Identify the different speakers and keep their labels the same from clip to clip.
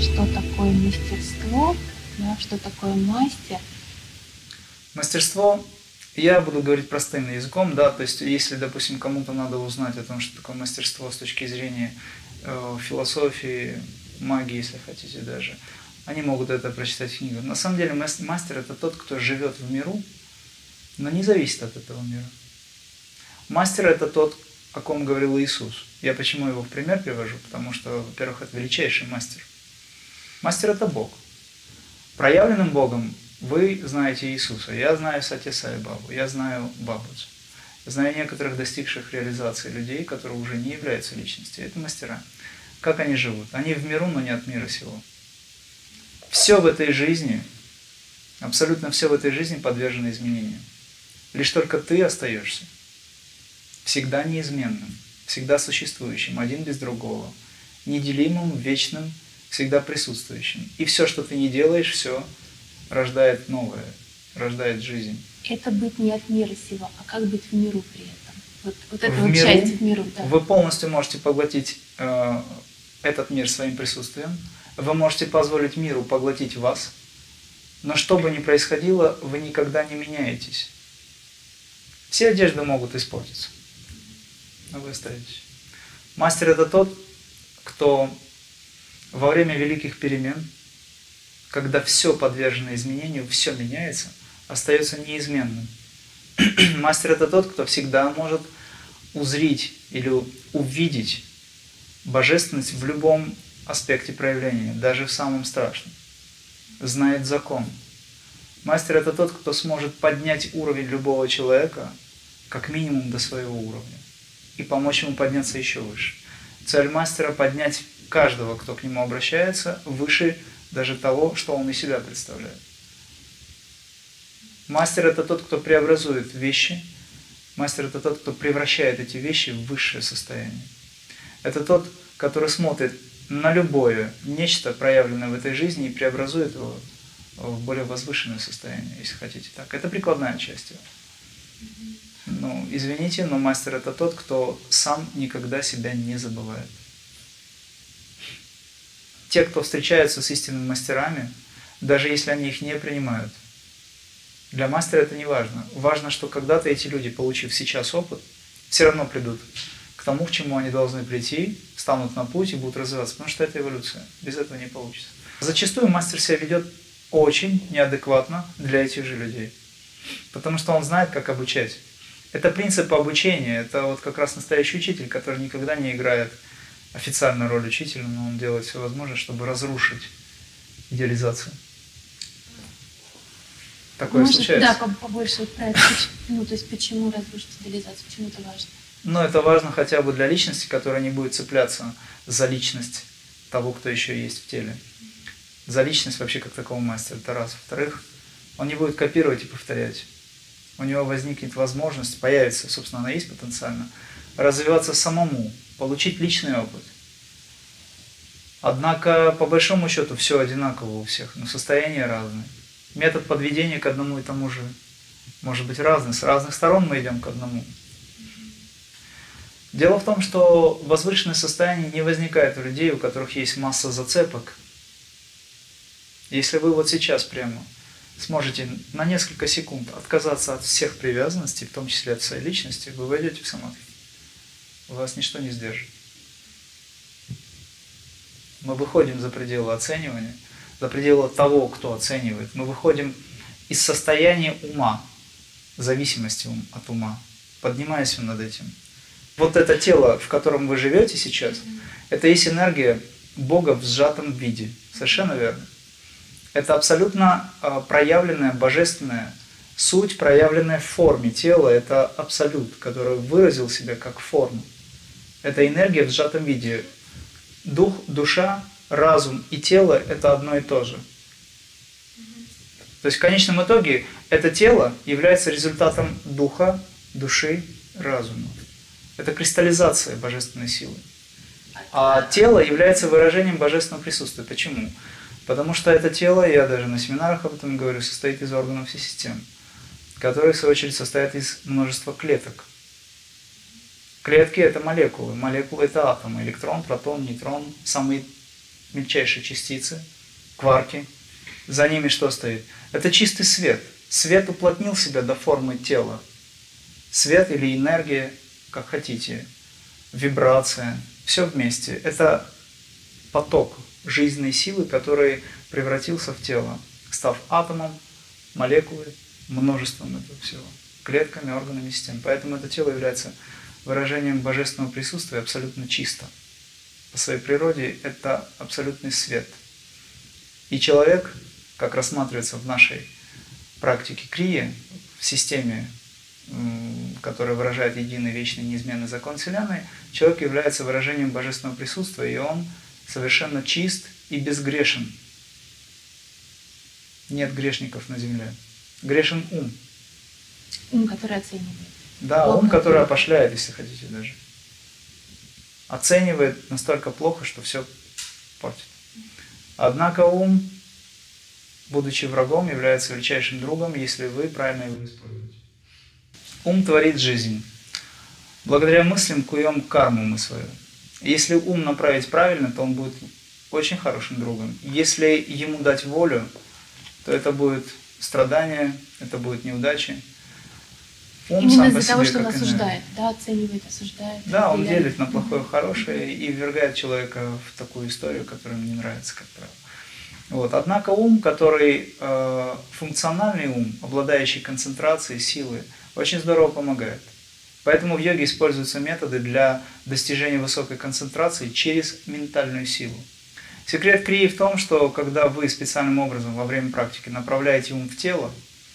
Speaker 1: что такое мастерство, да, что такое мастер.
Speaker 2: Мастерство, я буду говорить простым языком, да, то есть если, допустим, кому-то надо узнать о том, что такое мастерство с точки зрения философии, магии, если хотите даже, они могут это прочитать в книгах. На самом деле мастер – это тот, кто живет в миру, но не зависит от этого мира. Мастер – это тот, о ком говорил Иисус. Я почему его в пример привожу? Потому что, во-первых, это величайший мастер. Мастер – это Бог. Проявленным Богом вы знаете Иисуса. Я знаю Сати Сай Бабу, я знаю Бабуджи. Знаю некоторых достигших реализации людей, которые уже не являются личностью. Это мастера. Как они живут? Они в миру, но не от мира сего. Все в этой жизни, абсолютно все в этой жизни подвержено изменениям. Лишь только ты остаешься всегда неизменным, всегда существующим, один без другого, неделимым, вечным, всегда присутствующим. И все, что ты не делаешь, все рождает новое, рождает жизнь.
Speaker 1: Это быть не от мира сего, а как быть в миру при этом. Вот это
Speaker 2: в
Speaker 1: вот
Speaker 2: миру,
Speaker 1: часть в миру. Да.
Speaker 2: Вы полностью можете поглотить этот мир своим присутствием, вы можете позволить миру поглотить вас, но что бы ни происходило, вы никогда не меняетесь. Все одежды могут испортиться, но вы остаетесь. Мастер – это тот, кто во время великих перемен, когда все подвержено изменению, все меняется, остается неизменным. Мастер – это тот, кто всегда может узрить или увидеть божественность в любом аспекте проявления, даже в самом страшном. Знает закон. Мастер – это тот, кто сможет поднять уровень любого человека как минимум до своего уровня и помочь ему подняться еще выше. Цель мастера – поднять каждого, кто к нему обращается, выше даже того, что он из себя представляет. Мастер – это тот, кто преобразует вещи. Мастер – это тот, кто превращает эти вещи в высшее состояние. Это тот, который смотрит на любое нечто, проявленное в этой жизни, и преобразует его в более возвышенное состояние, если хотите так. Это прикладная часть его. Ну, извините, но мастер – это тот, кто сам никогда себя не забывает. Те, кто встречаются с истинными мастерами, даже если они их не принимают, для мастера это не важно. Важно, что когда-то эти люди, получив сейчас опыт, все равно придут к тому, к чему они должны прийти, станут на путь и будут развиваться, потому что это эволюция. Без этого не получится. Зачастую мастер себя ведет очень неадекватно для этих же людей, потому что он знает, как обучать. Это принцип обучения, это вот как раз настоящий учитель, который никогда не играет официальную роль учителя, но он делает все возможное, чтобы разрушить идеализацию. Такое
Speaker 1: Может,
Speaker 2: случается.
Speaker 1: Да, побольше вот про это. Ну, то есть почему разрушить идеализацию, почему это важно?
Speaker 2: Но это важно хотя бы для личности, которая не будет цепляться за личность того, кто еще есть в теле. За личность вообще как такого мастера, это раз. Во-вторых, он не будет копировать и повторять. У него возникнет возможность, появится, собственно, она есть потенциально, развиваться самому, получить личный опыт. Однако, по большому счету, все одинаково у всех, но состояния разные. Метод подведения к одному и тому же может быть разный. С разных сторон мы идем к одному. Дело в том, что возвышенное состояние не возникает у людей, у которых есть масса зацепок. Если вы вот сейчас прямо сможете на несколько секунд отказаться от всех привязанностей, в том числе от своей личности, вы войдете в самадхи. Вас ничто не сдержит. Мы выходим за пределы оценивания, за пределы того, кто оценивает. Мы выходим из состояния ума, зависимости от ума, поднимаясь над этим. Вот это тело, в котором вы живете сейчас, это есть энергия Бога в сжатом виде. Совершенно верно. Это абсолютно проявленная божественная суть, проявленная в форме тела. Это абсолют, который выразил себя как форму. Это энергия в сжатом виде. Дух, душа, разум и тело – это одно и то же. То есть в конечном итоге это тело является результатом духа, души, разума. Это кристаллизация божественной силы. А тело является выражением божественного присутствия. Почему? Потому что это тело, я даже на семинарах об этом говорю, состоит из органов всей системы, которые, в свою очередь, состоят из множества клеток. Клетки – это молекулы, молекулы – это атомы, электрон, протон, нейтрон, самые мельчайшие частицы, кварки. За ними что стоит? Это чистый свет. Свет уплотнил себя до формы тела. Свет или энергия, как хотите, вибрация, все вместе. Это поток жизненной силы, который превратился в тело, став атомом, молекулой, множеством этого всего, клетками, органами, систем. Поэтому это тело является выражением божественного присутствия абсолютно чисто. По своей природе это абсолютный свет. И человек, как рассматривается в нашей практике крия, в системе, которая выражает единый, вечный, неизменный закон Вселенной, человек является выражением божественного присутствия, и он совершенно чист и безгрешен. Нет грешников на земле. Грешен ум.
Speaker 1: Ум, который оценивает.
Speaker 2: Да, ум, который опошляет, если хотите даже. Оценивает настолько плохо, что все портит. Однако ум, будучи врагом, является величайшим другом, если вы правильно его используете. Ум творит жизнь. Благодаря мыслям куем карму мы свою. Если ум направить правильно, то он будет очень хорошим другом. Если ему дать волю, то это будет страдание, это будет неудачи. Ум
Speaker 1: именно
Speaker 2: сам
Speaker 1: из-за того, что он
Speaker 2: как
Speaker 1: осуждает, да, оценивает, осуждает.
Speaker 2: Да, он делит на плохое и хорошее и ввергает человека в такую историю, которая мне не нравится, как правило. Вот. Однако ум, который функциональный ум, обладающий концентрацией, силой, очень здорово помогает. Поэтому в йоге используются методы для достижения высокой концентрации через ментальную силу. Секрет крии в том, что когда вы специальным образом во время практики направляете ум в тело,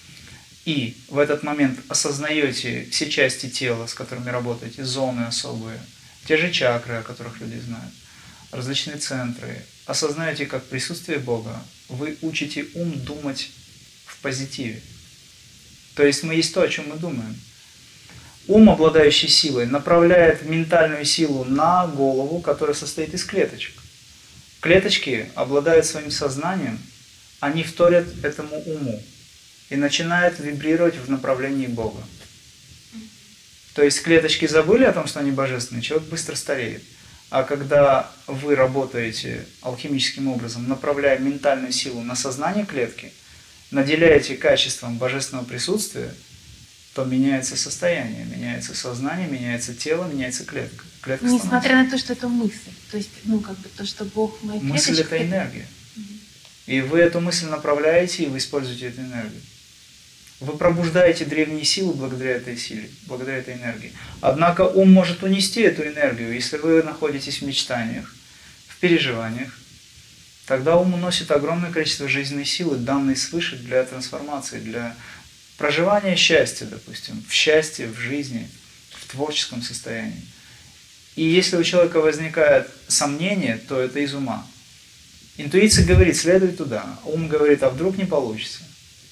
Speaker 2: и в этот момент осознаете все части тела, с которыми работаете, зоны особые, те же чакры, о которых люди знают, различные центры, осознаете как присутствие Бога, вы учите ум думать в позитиве. То есть мы есть то, о чем мы думаем. Ум, обладающий силой, направляет ментальную силу на голову, которая состоит из клеточек. Клеточки обладают своим сознанием, они вторят этому уму и начинают вибрировать в направлении Бога. То есть клеточки забыли о том, что они божественные, человек быстро стареет. А когда вы работаете алхимическим образом, направляя ментальную силу на сознание клетки, наделяете качеством божественного присутствия, то меняется состояние, меняется сознание, меняется тело, меняется клетка. Клетка
Speaker 1: несмотря на то, что это мысль. То есть, то, что Бог в моих клеточках.
Speaker 2: Мысль – это энергия. И вы эту мысль направляете, и вы используете эту энергию. Вы пробуждаете древние силы благодаря этой силе, благодаря этой энергии. Однако ум может унести эту энергию, если вы находитесь в мечтаниях, в переживаниях. Тогда ум уносит огромное количество жизненной силы, данной свыше для трансформации, для проживания счастья, допустим, в счастье, в жизни, в творческом состоянии. И если у человека возникает сомнение, то это из ума. Интуиция говорит, следуй туда. Ум говорит, а вдруг не получится.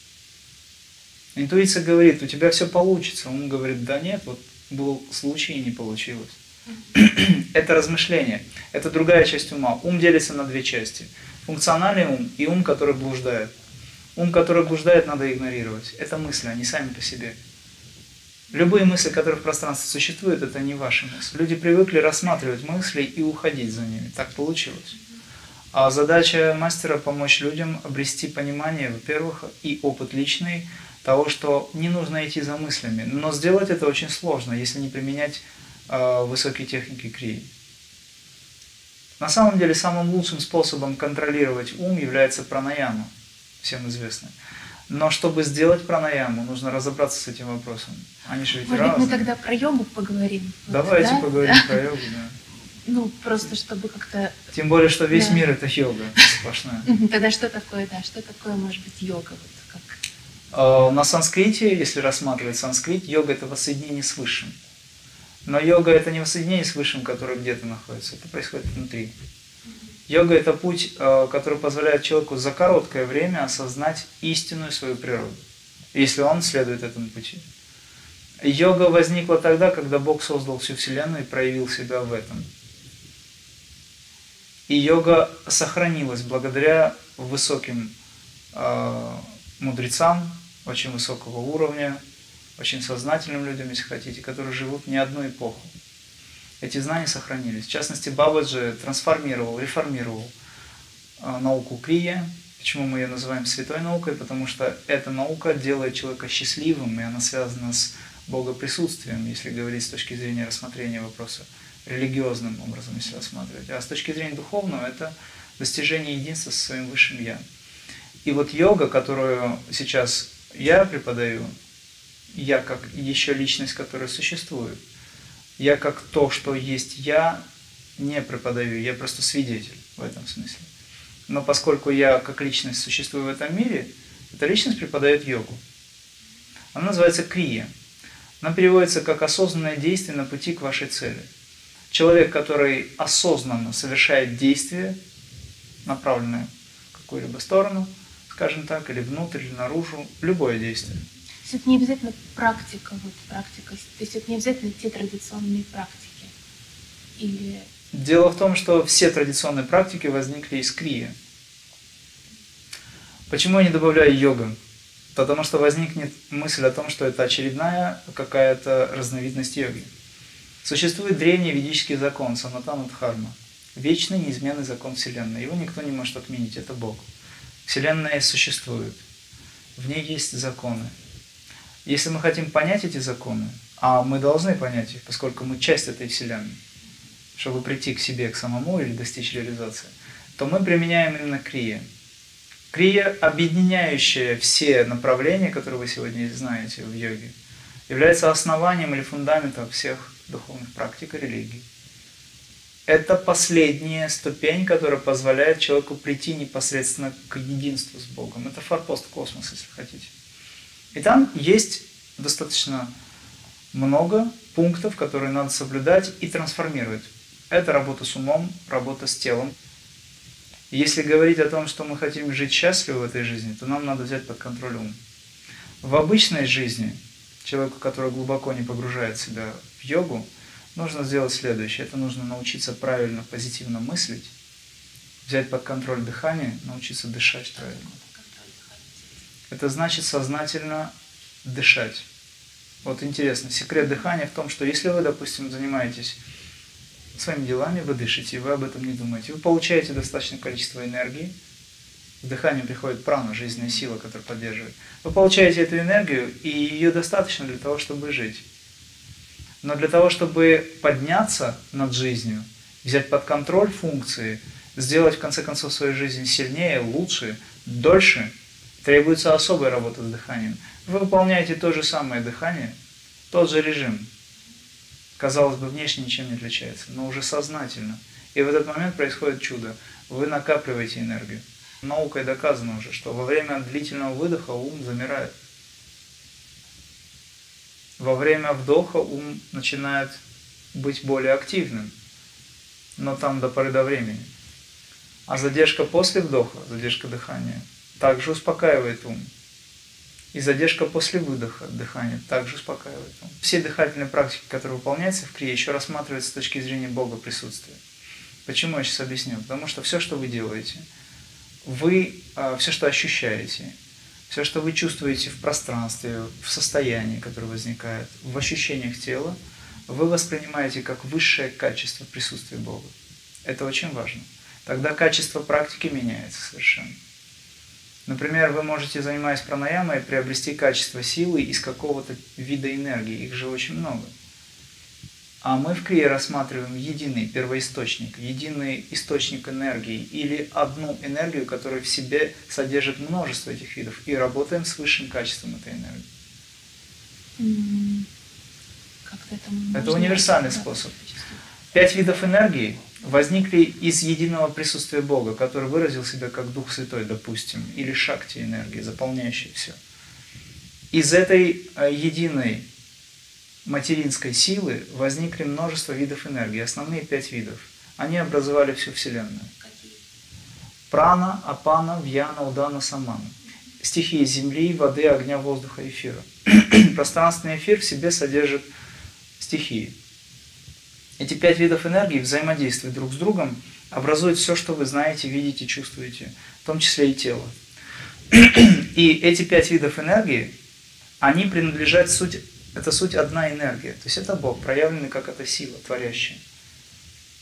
Speaker 2: Интуиция говорит, у тебя все получится. Ум говорит, да нет, вот был случай и не получилось. Это размышление. Это другая часть ума. Ум делится на две части. Функциональный ум и ум, который блуждает. Ум, который блуждает, надо игнорировать. Это мысли, они сами по себе. Любые мысли, которые в пространстве существуют, это не ваши мысли. Люди привыкли рассматривать мысли и уходить за ними. Так получилось. А задача мастера – помочь людям обрести понимание, во-первых, и опыт личный, того, что не нужно идти за мыслями. Но сделать это очень сложно, если не применять высокие техники крии. На самом деле, самым лучшим способом контролировать ум является пранаяма, всем известно. Но чтобы сделать пранаяму, нужно разобраться с этим вопросом. Они же ведь разные.
Speaker 1: Мы тогда про йогу поговорим.
Speaker 2: Давайте поговорим про йогу, да.
Speaker 1: Просто чтобы как-то...
Speaker 2: Тем более, что весь мир это йога сплошная.
Speaker 1: Тогда что такое, что такое может быть йога?
Speaker 2: На санскрите, если рассматривать санскрит, йога это воссоединение с Высшим. Но йога это не воссоединение с Высшим, которое где-то находится, это происходит внутри. Йога это путь, который позволяет человеку за короткое время осознать истинную свою природу, если он следует этому пути. Йога возникла тогда, когда Бог создал всю Вселенную и проявил себя в этом. И йога сохранилась благодаря высоким мудрецам, очень высокого уровня, очень сознательным людям, если хотите, которые живут не одну эпоху. Эти знания сохранились. В частности, Бабаджи трансформировал, реформировал науку крия. Почему мы ее называем святой наукой? Потому что эта наука делает человека счастливым, и она связана с богоприсутствием, если говорить с точки зрения рассмотрения вопроса религиозным образом, если рассматривать. А с точки зрения духовного, это достижение единства со своим высшим Я. И вот йога, которую сейчас я преподаю, я как еще личность, которая существует, я как то, что есть я, не преподаю, я просто свидетель в этом смысле. Но поскольку я как личность существую в этом мире, эта личность преподает йогу. Она называется крия. Она переводится как осознанное действие на пути к вашей цели. Человек, который осознанно совершает действие, направленное в какую-либо сторону, скажем так, или внутрь, или наружу, любое действие.
Speaker 1: То есть это не обязательно практика, то есть это не обязательно те традиционные практики. Или...
Speaker 2: Дело в том, что все традиционные практики возникли из крии. Почему я не добавляю йогу? Потому что возникнет мысль о том, что это очередная какая-то разновидность йоги. Существует древний ведический закон санатана дхарма, вечный неизменный закон Вселенной. Его никто не может отменить, это Бог. Вселенная существует, в ней есть законы. Если мы хотим понять эти законы, а мы должны понять их, поскольку мы часть этой Вселенной, чтобы прийти к себе, к самому или достичь реализации, то мы применяем именно крия. Крия, объединяющая все направления, которые вы сегодня знаете в йоге, является основанием или фундаментом всех духовных практик и религий. Это последняя ступень, которая позволяет человеку прийти непосредственно к единству с Богом. Это форпост в космос, если хотите. И там есть достаточно много пунктов, которые надо соблюдать и трансформировать. Это работа с умом, работа с телом. Если говорить о том, что мы хотим жить счастливо в этой жизни, то нам надо взять под контроль ум. В обычной жизни человеку, который глубоко не погружает себя в йогу, нужно сделать следующее. Это нужно научиться правильно, позитивно мыслить, взять под контроль дыхание, научиться дышать правильно. Это значит сознательно дышать. Вот интересно, секрет дыхания в том, что если вы, допустим, занимаетесь своими делами, вы дышите, и вы об этом не думаете, вы получаете достаточное количество энергии, с дыханием приходит прана, жизненная сила, которая поддерживает. Вы получаете эту энергию, и ее достаточно для того, чтобы жить. Но для того, чтобы подняться над жизнью, взять под контроль функции, сделать в конце концов свою жизнь сильнее, лучше, дольше, требуется особая работа с дыханием. Вы выполняете то же самое дыхание, тот же режим. Казалось бы, внешне ничем не отличается, но уже сознательно. И в этот момент происходит чудо. Вы накапливаете энергию. Наукой доказано уже, что во время длительного выдоха ум замирает. Во время вдоха ум начинает быть более активным, но там до поры до времени. А задержка после вдоха, задержка дыхания, также успокаивает ум. И задержка после выдоха дыхания также успокаивает ум. Все дыхательные практики, которые выполняются в крие, еще рассматриваются с точки зрения Бога присутствия. Почему я сейчас объясню? Потому что все, что вы делаете, все, что ощущаете, все, что вы чувствуете в пространстве, в состоянии, которое возникает, в ощущениях тела, вы воспринимаете как высшее качество присутствия Бога. Это очень важно. Тогда качество практики меняется совершенно. Например, вы можете, занимаясь пранаямой, приобрести качество силы из какого-то вида энергии. Их же очень много. А мы в крие рассматриваем единый первоисточник, единый источник энергии или одну энергию, которая в себе содержит множество этих видов, и работаем с высшим качеством этой энергии. Это универсальный способ. 5 видов энергии возникли из единого присутствия Бога, который выразил себя как Дух Святой, допустим, или шакти энергии, заполняющей все. Из этой единой материнской силы возникли множество видов энергии, основные 5 видов. Они образовали всю Вселенную.
Speaker 1: Какие?
Speaker 2: Прана, апана, вьяна, удана, самана. Стихии земли, воды, огня, воздуха, эфира. Пространственный эфир в себе содержит стихии. Эти 5 видов энергии взаимодействуют друг с другом, образуют все, что вы знаете, видите, чувствуете, в том числе и тело. И эти 5 видов энергии, они принадлежат это суть одна энергия. То есть это Бог, проявленный как эта сила, творящая.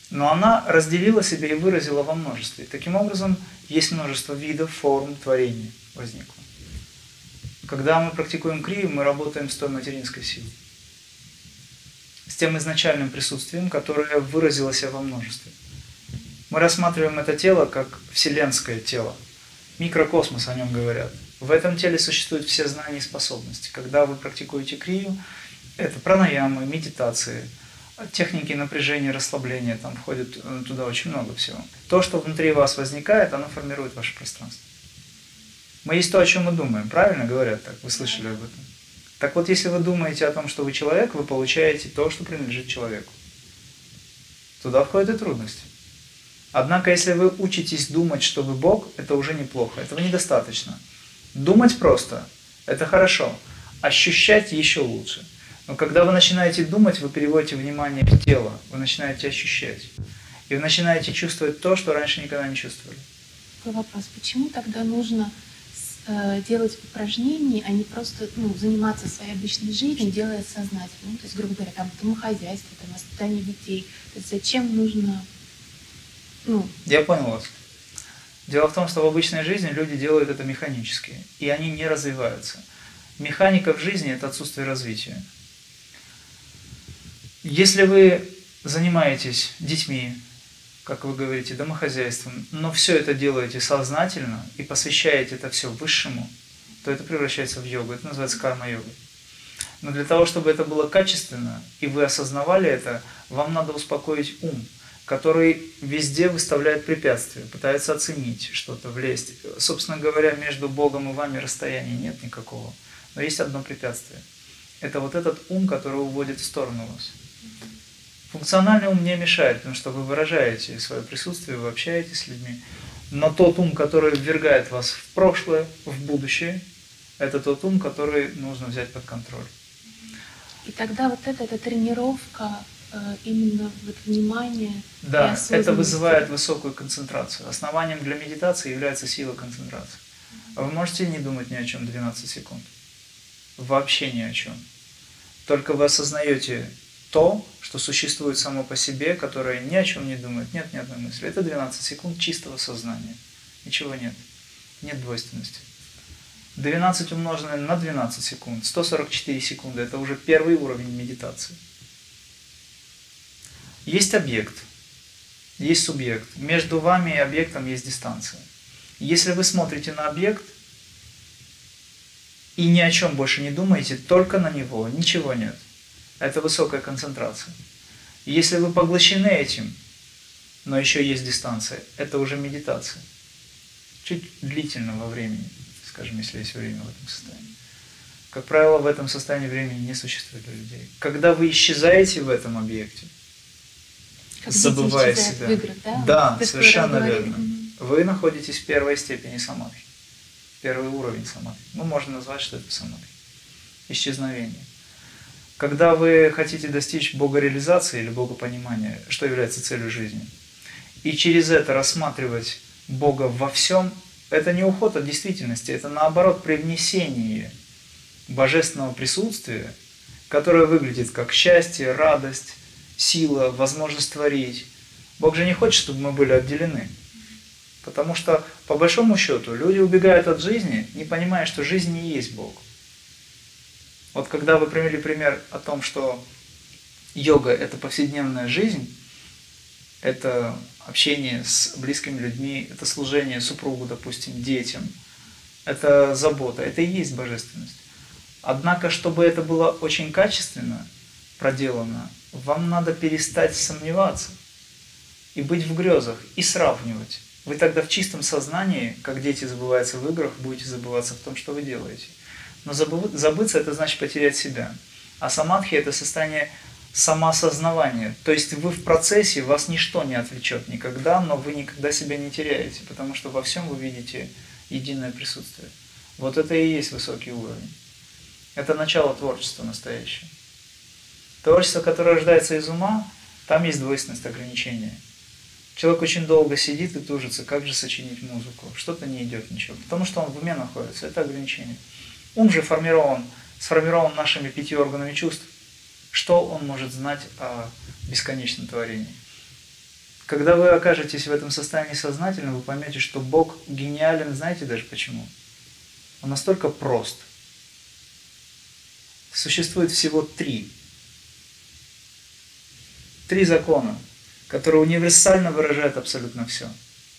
Speaker 2: Но она разделила себя и выразила во множестве. Таким образом, есть множество видов, форм творения возникло. Когда мы практикуем крию, мы работаем с той материнской силой. С тем изначальным присутствием, которое выразило себя во множестве. Мы рассматриваем это тело как вселенское тело. Микрокосмос, о нем говорят. В этом теле существуют все знания и способности. Когда вы практикуете крию, это пранаямы, медитации, техники напряжения, расслабления, там входит туда очень много всего. То, что внутри вас возникает, оно формирует ваше пространство. Мы есть то, о чем мы думаем, правильно говорят так? Вы слышали об этом? Так вот, если вы думаете о том, что вы человек, вы получаете то, что принадлежит человеку. Туда входят и трудности. Однако, если вы учитесь думать, что вы Бог, это уже неплохо, этого недостаточно. Думать просто – это хорошо, ощущать еще лучше. Но когда вы начинаете думать, вы переводите внимание в тело, вы начинаете ощущать. И вы начинаете чувствовать то, что раньше никогда не чувствовали.
Speaker 1: Такой вопрос. Почему тогда нужно делать упражнения, а не просто заниматься своей обычной жизнью, делая сознательно? То есть, грубо говоря, там домохозяйство, там, воспитание детей. То есть зачем нужно...
Speaker 2: Я понял вас. Дело в том, что в обычной жизни люди делают это механически, и они не развиваются. Механика в жизни – это отсутствие развития. Если вы занимаетесь детьми, как вы говорите, домохозяйством, но все это делаете сознательно и посвящаете это все высшему, то это превращается в йогу. Это называется карма-йога. Но для того, чтобы это было качественно, и вы осознавали это, вам надо успокоить ум, который везде выставляет препятствия, пытается оценить что-то, влезть. Собственно говоря, между Богом и вами расстояния нет никакого. Но есть одно препятствие. Это вот этот ум, который уводит в сторону вас. Функциональный ум не мешает, потому что вы выражаете свое присутствие, вы общаетесь с людьми. Но тот ум, который ввергает вас в прошлое, в будущее, это тот ум, который нужно взять под контроль.
Speaker 1: И тогда вот эта тренировка именно внимания.
Speaker 2: Да, это вызывает высокую концентрацию. Основанием для медитации является сила концентрации. Вы можете не думать ни о чем 12 секунд. Вообще ни о чем. Только вы осознаете то, что существует само по себе, которое ни о чем не думает, нет ни одной мысли. Это 12 секунд чистого сознания. Ничего нет. Нет двойственности. 12 умноженное на 12 секунд, 144 секунды, это уже первый уровень медитации. Есть объект, есть субъект. Между вами и объектом есть дистанция. Если вы смотрите на объект и ни о чем больше не думаете, только на него, ничего нет. Это высокая концентрация. Если вы поглощены этим, но еще есть дистанция, это уже медитация. Чуть длительного времени, скажем, если есть время в этом состоянии. Как правило, в этом состоянии времени не существует для людей. Когда вы исчезаете в этом объекте,
Speaker 1: как
Speaker 2: забывая себя.
Speaker 1: В играх, да?
Speaker 2: Да, совершенно верно. Вы находитесь в первой степени самадхи. Первый уровень самадхи. Мы можем назвать, что это самадхи. Исчезновение. Когда вы хотите достичь богореализации или богопонимания, что является целью жизни, и через это рассматривать Бога во всем, это не уход от действительности, это наоборот привнесение божественного присутствия, которое выглядит как счастье, радость, сила, возможность творить. Бог же не хочет, чтобы мы были отделены. Потому что, по большому счету, люди убегают от жизни, не понимая, что жизнь не есть Бог. Вот когда вы привели пример о том, что йога – это повседневная жизнь, это общение с близкими людьми, это служение супругу, допустим, детям, это забота, это и есть божественность. Однако, чтобы это было очень качественно проделано, вам надо перестать сомневаться и быть в грезах, и сравнивать. Вы тогда в чистом сознании, как дети забываются в играх, будете забываться в том, что вы делаете. Но забыться – это значит потерять себя. А самадхи – это состояние самоосознавания. То есть вы в процессе, вас ничто не отвлечет никогда, но вы никогда себя не теряете, потому что во всем вы видите единое присутствие. Вот это и есть высокий уровень. Это начало творчества настоящее. Творчество, которое рождается из ума, там есть двойственность, ограничения. Человек очень долго сидит и тужится, как же сочинить музыку. Что-то не идет ничего, потому что он в уме находится, это ограничение. Ум же сформирован нашими 5 органами чувств. Что он может знать о бесконечном творении? Когда вы окажетесь в этом состоянии сознательно, вы поймете, что Бог гениален, знаете даже почему? Он настолько прост. Существует всего три закона, которые универсально выражают абсолютно все.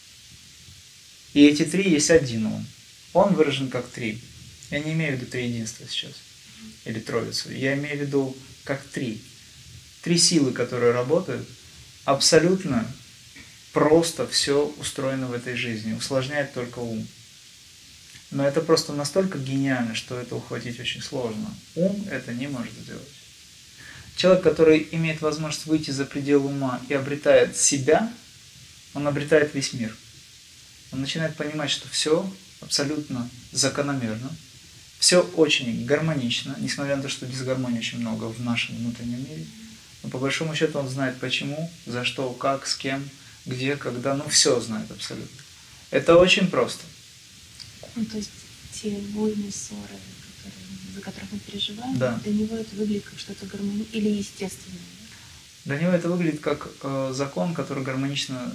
Speaker 2: И эти три есть один ум. Он выражен как три. Я не имею в виду триединство сейчас, или троицу. Я имею в виду как три. Три силы, которые работают, абсолютно просто все устроено в этой жизни. Усложняет только ум. Но это просто настолько гениально, что это ухватить очень сложно. Ум это не может сделать. Человек, который имеет возможность выйти за пределы ума и обретает себя, он обретает весь мир. Он начинает понимать, что все абсолютно закономерно, все очень гармонично, несмотря на то, что дисгармонии очень много в нашем внутреннем мире. Но по большому счету он знает почему, за что, как, с кем, где, когда, все знает абсолютно. Это очень просто.
Speaker 1: То есть те войны, ссоры, за которых мы переживаем,
Speaker 2: да.
Speaker 1: Для него это выглядит как что-то гармоничное или естественное?
Speaker 2: Для него это выглядит как закон, который гармонично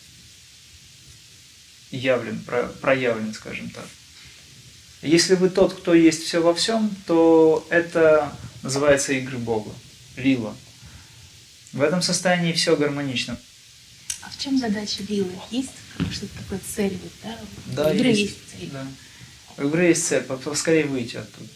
Speaker 2: явлен, проявлен, скажем так. Если вы тот, кто есть все во всем, то это называется игры Бога, лила. В этом состоянии все гармонично.
Speaker 1: А в чем задача лилы? Есть что-то такое цель? Да?
Speaker 2: Да,
Speaker 1: в игре есть цель.
Speaker 2: Да. В игре есть цель, поскорее выйти оттуда.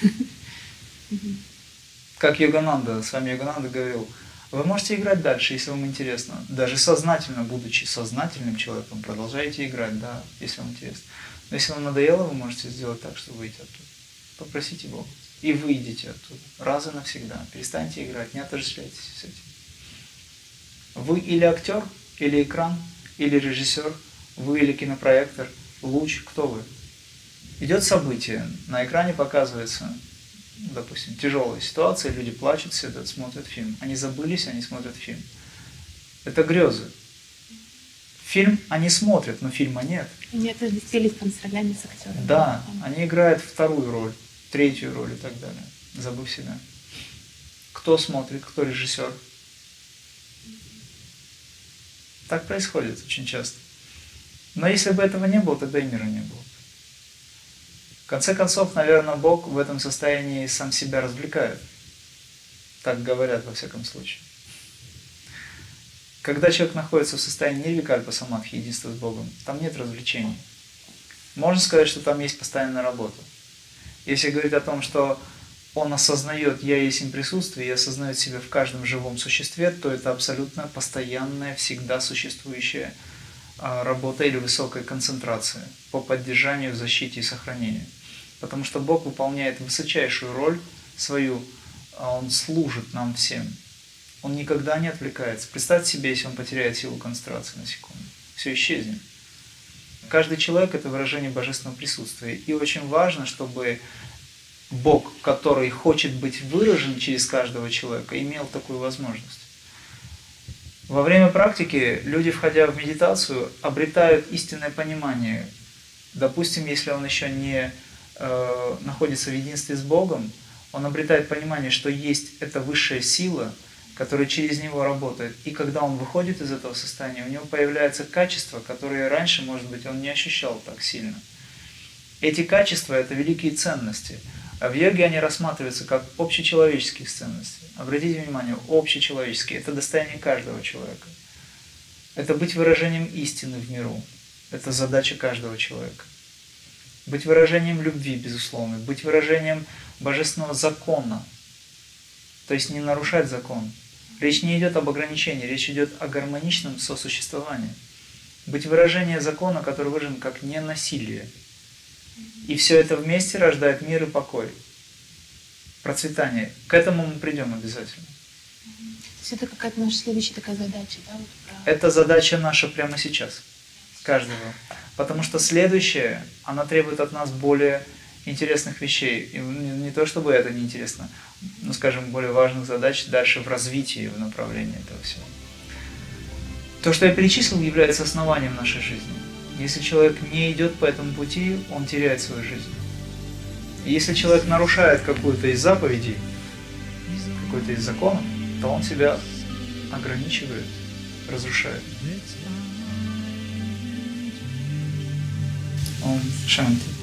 Speaker 2: Как Йогананда, с вами Йогананда говорил, вы можете играть дальше, если вам интересно. Даже сознательно, будучи сознательным человеком, продолжаете играть, да, если вам интересно. Но если вам надоело, вы можете сделать так, чтобы выйти оттуда. Попросите Бога. И выйдите оттуда. Раз и навсегда. Перестаньте играть, не отождествляйтесь с этим. Вы или актер, или экран, или режиссер, вы или кинопроектор, луч, кто вы? Идет событие, на экране показывается, допустим, тяжелая ситуация, люди плачут, сидят, смотрят фильм. Они забылись, они смотрят фильм. Это грезы. Фильм они смотрят, но фильма нет.
Speaker 1: Они отождествились там с ролями, с актерами.
Speaker 2: Да, они играют вторую роль, третью роль и так далее, забыв себя. Кто смотрит, кто режиссер? Так происходит очень часто. Но если бы этого не было, тогда и мира не было. В конце концов, наверное, Бог в этом состоянии сам себя развлекает. Так говорят во всяком случае. Когда человек находится в состоянии нирвикальпа самадхи, единства с Богом, там нет развлечений. Можно сказать, что там есть постоянная работа. Если говорить о том, что он осознает «я есть им присутствие», и осознает себя в каждом живом существе, то это абсолютно постоянная, всегда существующая работа или высокая концентрация по поддержанию, защите и сохранению. Потому что Бог выполняет высочайшую роль свою, Он служит нам всем. Он никогда не отвлекается. Представьте себе, если он потеряет силу концентрации на секунду. Все исчезнет. Каждый человек – это выражение божественного присутствия. И очень важно, чтобы Бог, который хочет быть выражен через каждого человека, имел такую возможность. Во время практики люди, входя в медитацию, обретают истинное понимание. Допустим, если он еще не находится в единстве с Богом, он обретает понимание, что есть эта высшая сила, которая через него работает. И когда он выходит из этого состояния, у него появляются качества, которые раньше, может быть, он не ощущал так сильно. Эти качества – это великие ценности. А в йоге они рассматриваются как общечеловеческие ценности. Обратите внимание, общечеловеческие – это достояние каждого человека. Это быть выражением истины в миру. Это задача каждого человека. Быть выражением любви, безусловно. Быть выражением божественного закона. То есть не нарушать закон. Речь не идет об ограничении, речь идет о гармоничном сосуществовании. Быть выражением закона, который выражен как ненасилие. И все это вместе рождает мир и покой. Процветание. К этому мы придем обязательно.
Speaker 1: То есть это какая-то наша следующая такая задача, да? Вот
Speaker 2: Это задача наша прямо сейчас. Каждого. Потому что следующее, она требует от нас более интересных вещей. И не то, чтобы это не интересно, но, скажем, более важных задач дальше в развитии, в направлении этого всего. То, что я перечислил, является основанием нашей жизни. Если человек не идет по этому пути, он теряет свою жизнь. И если человек нарушает какую-то из заповедей, какой-то из законов, то он себя ограничивает, разрушает. Ом Шанти.